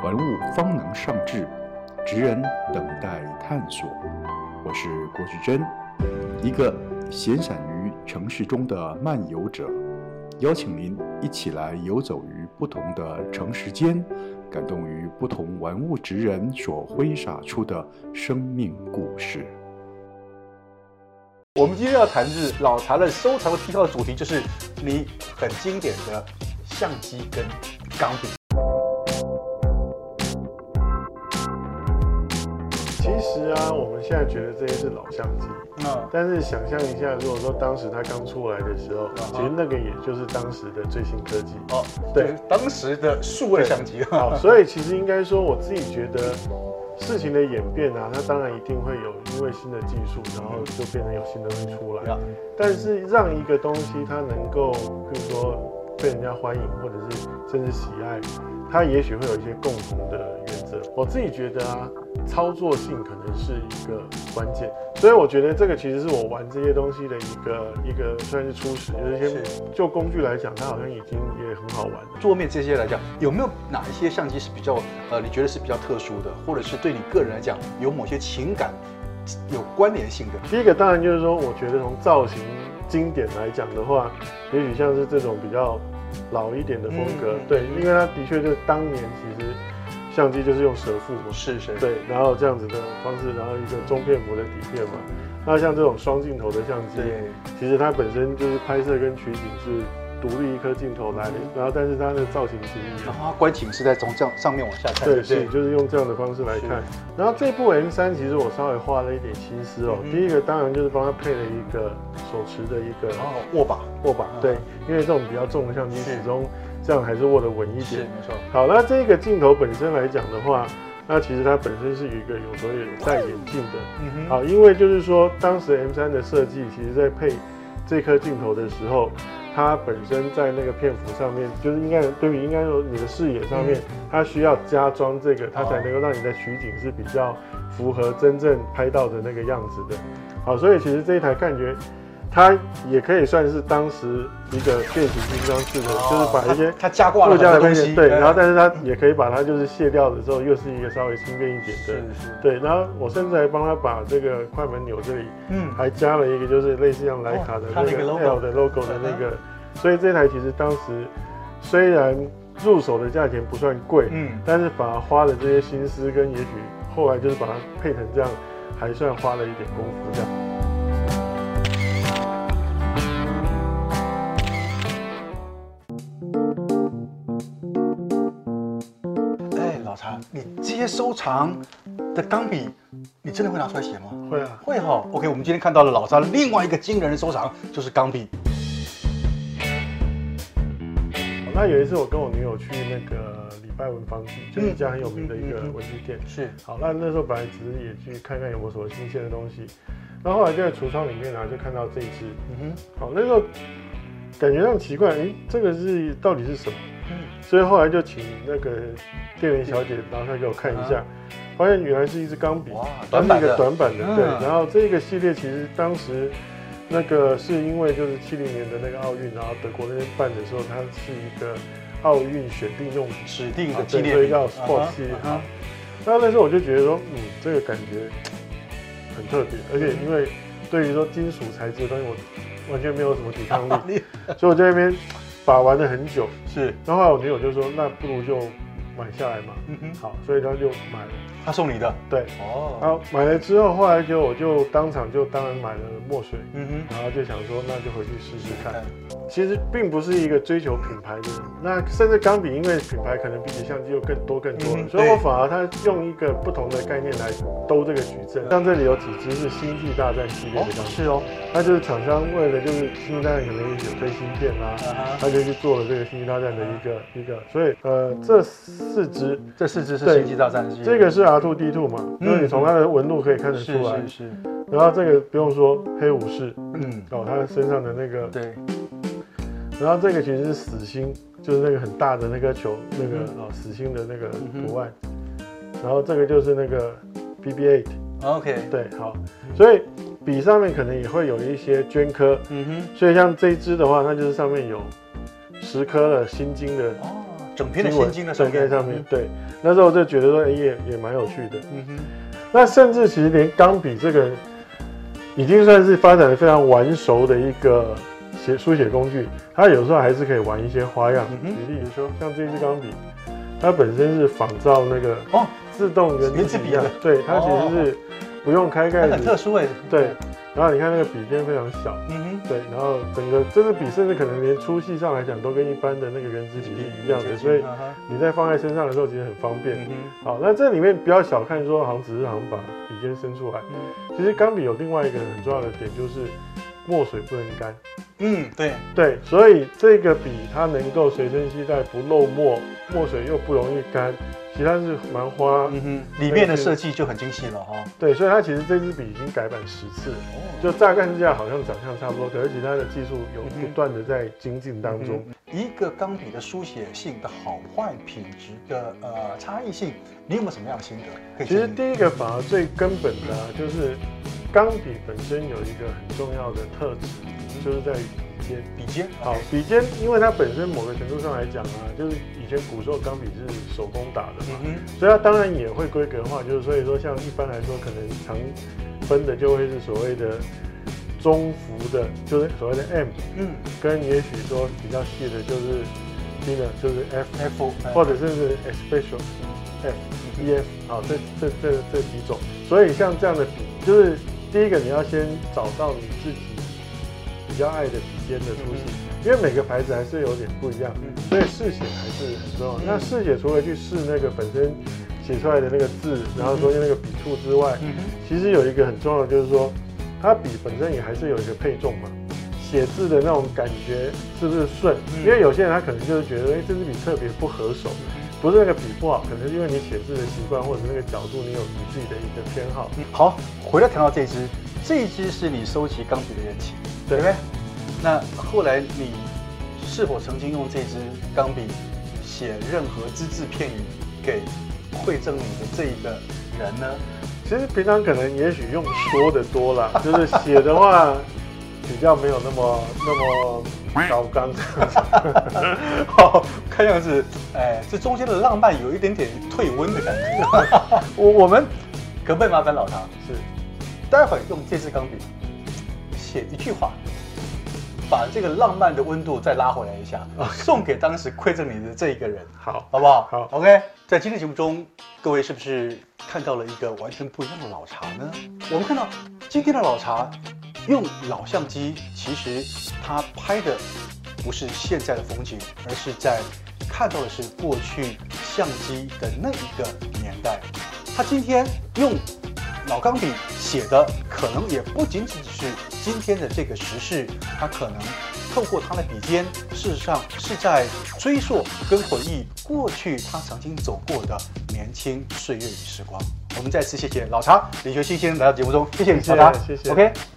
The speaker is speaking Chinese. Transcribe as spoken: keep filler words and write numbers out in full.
玩物方能上志，职人等待探索。我是郭旭珍，一个闲散于城市中的漫游者，邀请您一起来游走于不同的城市间，感动于不同玩物职人所挥洒出的生命故事。 我们今天要谈是老茶的收藏的癖好的主题，就是你很经典的相机跟钢笔。 其实啊，我们现在觉得这些是老相机，嗯，但是想象一下，如果说当时它刚出来的时候，嗯、其实那个也就是当时的最新科技哦，对，当时的数位相机。 好，所以其实应该说，我自己觉得事情的演变啊，它当然一定会有因为新的技术，然后就变成有新的东西出来。嗯、但是让一个东西它能够，比如说被人家欢迎，或者是甚至喜爱，它也许会有一些共同的原则。我自己觉得啊，操作性可能是一个关键，所以我觉得这个其实是我玩这些东西的一个一个算是初始，就是先就工具来讲，它好像已经也很好玩了。 桌面这些来讲，有没有哪一些相机是比较呃，你觉得是比较特殊的，或者是对你个人来讲有某些情感有关联性的？ 第一个当然就是说，我觉得从造型经典来讲的话，也许像是这种比较老一点的风格，嗯、对，因为它的确就是当年其实相机就是用蛇腹嘛， 是是， 对，然后这样子的方式，然后一个中片幅的底片嘛。那像这种双镜头的相机，其实它本身就是拍摄跟取景是独立一颗镜头来，然后但是它的造型其实， 然后它观景是在从这样上面往下看， 对，是就是用这样的方式来看。然后这部 M 三其实我稍微花了一点心思哦，嗯、第一个当然就是帮它配了一个手持的一个哦握把， 握把，对，因为这种比较重的相机始终这样还是握得稳一点， 是没错。 好，那这个镜头本身来讲的话，那其实它本身是有一个有所谓有戴眼镜的，嗯、好，因为就是说当时 M 三的设计，其实在配这颗镜头的时候，它本身在那个片幅上面，就是应该对比应该说你的视野上面，嗯、它需要加装这个，它才能够让你的取景是比较符合真正拍到的那个样子的。好，所以其实这一台感觉它也可以算是当时一个变形金刚式的，哦、就是把一些它加挂了的东西， 对，然后但是它也可以把它就是卸掉的时候，又是一个稍微轻便一点的， 是是， 对。然后我甚至还帮他把这个快门钮这里，嗯，还加了一个就是类似像徕卡的那个 L 的 logo 的那个，所以这台其实当时虽然入手的价钱不算贵，嗯，但是把它花的这些心思跟也许后来就是把它配成这样，还算花了一点功夫这样。 你这些收藏的钢笔，你真的会拿出来写吗？ 会啊， 会哈。OK， 我们今天看到了老茶另外一个惊人的收藏，就是钢笔。 那有一次我跟我女友去那个礼拜文房具，就是一家很有名的一个文具店。是。好，那那时候本来只是也去看看有没有什么新鲜的东西，然后后来就在橱窗里面啊，就看到这一支。嗯哼。好，那时候感觉上奇怪，哎，这个是到底是什么？嗯。所以后来就请那个店员小姐拿出来给我看一下，发现原来是一支钢笔，它是一个短版的，对。然后这个系列其实当时那个是因为就是七零年的那个奥运，然后德国那边办的时候，它是一个奥运选定用指定的纪念品， 所以叫 Sport 系列。然后那时候我就觉得说，嗯，这个感觉很特别，而且因为对于说金属材质的东西，我完全没有什么抵抗力，所以我在那边把玩了很久。是，然后后来我女友就说，那不如就买下来嘛。嗯哼，好，所以他就买了。 他送你的？ 对。哦。然后买了之后，后来就我就当场就当然买了墨水。嗯哼。然后就想说，那就回去试试看。其实并不是一个追求品牌的人，那甚至钢笔因为品牌可能比起相机又更多更多了，嗯、所以我反而他用一个不同的概念来兜这个矩阵。像这里有几支是星际大战系列的钢笔，是哦，那就是厂商为了就是星际大战可能有推芯片啦、啊，他就去做了这个星际大战的一个一个，所以呃这四支这四支是星际大战系列， 这个是 R 二 D 二 嘛，因为你从它的纹路可以看得出来，是是是。然后这个不用说，黑武士，嗯，哦，他身上的那个对。然后这个其实是死星，就是那个很大的那个球，那个哦死星的那个图案。然后这个就是那个 B B 八 ，OK， 对，好，所以笔上面可能也会有一些镌刻，嗯哼，所以像这一支的话，它就是上面有十颗的心经的整篇的心经的上面，上面对，那时候就觉得说，哎、欸，也也蛮有趣的。嗯哼，那甚至其实连钢笔这个已经算是发展的非常完熟的一个写书写工具，它有时候还是可以玩一些花样。嗯、举例如说，像这支钢笔，它本身是仿照那个哦自动圆珠笔一样，对，它其实是不用开盖子， 很特殊哎。 对。然后你看那个笔尖非常小，嗯哼，对，然后整个这支笔甚至可能连粗细上来讲都跟一般的那个圆珠笔是一样的，所以你在放在身上的时候其实很方便。嗯、好，那这里面不要小看说好像只是好像把笔尖伸出来，嗯、其实钢笔有另外一个很重要的点就是墨水不能干。 嗯，对对，所以这个笔它能够随身携带，不漏墨，墨水又不容易干。其实它是蛮花，嗯哼， 里面的设计就很精细了哈。 对，所以它其实这支笔已经改版十次了，哦、就乍看之下好像长相差不多，可是其实它的技术有不断的在精进当中。 嗯、一个钢笔的书写性的好坏品质的呃差异性，你有没有什么样的心得？ 其实第一个反而最根本的、啊、就是钢笔本身有一个很重要的特质，就是在于笔尖。 笔尖好，笔尖，因为它本身某个程度上来讲啊，就是以前古时候钢笔是手工打的嘛，嗯、所以它当然也会规格化，就是所以说像一般来说，可能常分的就会是所谓的中幅的，就是所谓的 M， 嗯，跟也许说比较细的，就是 Finer， 就是 F F， 或者甚至 Special F、E F， 好，这这这这几种。所以像这样的笔，就是第一个你要先找到你自己比较爱的笔尖的粗细，嗯、因为每个牌子还是有点不一样，嗯、所以试写还是很重要。嗯、那试写除了去试那个本身写出来的那个字，然后中间那个笔触之外，嗯、其实有一个很重要的就是说，它笔本身也还是有一个配重嘛，写字的那种感觉是不是顺？嗯、因为有些人他可能就是觉得，哎、欸，这支笔特别不合手。不是那个笔不好，可能是因为你写字的习惯，或者是那个角度，你有你自己的一个偏好。 嗯、好，回来谈到这一支，这一支是你收集钢笔的缘起，对不对？那后来你是否曾经用这支钢笔写任何只字片语给馈赠你的这一个人呢？ 其实平常可能也许用说的多啦，就是写的话比较没有那么那么高刚这样子。 好，看样子，哎，这中间的浪漫有一点点退温的感觉。我我们可不可以麻烦老唐是，待会用这支钢笔写一句话，把这个浪漫的温度再拉回来一下，送给当时馈赠你的这一个人， 好， 好不好？ 好 ，OK。在今天节目中，各位是不是看到了一个完全不一样的老茶呢？我们看到今天的老茶用老相机，其实他拍的不是现在的风景，而是在看到的是过去相机的那一个年代。他今天用老钢笔写的，可能也不仅仅是今天的这个时事，他可能透过他的笔尖，事实上是在追溯跟回忆过去他曾经走过的年轻岁月与时光。我们再次谢谢老茶李学新先生来到节目中，谢谢你，老茶， 谢谢。 OK。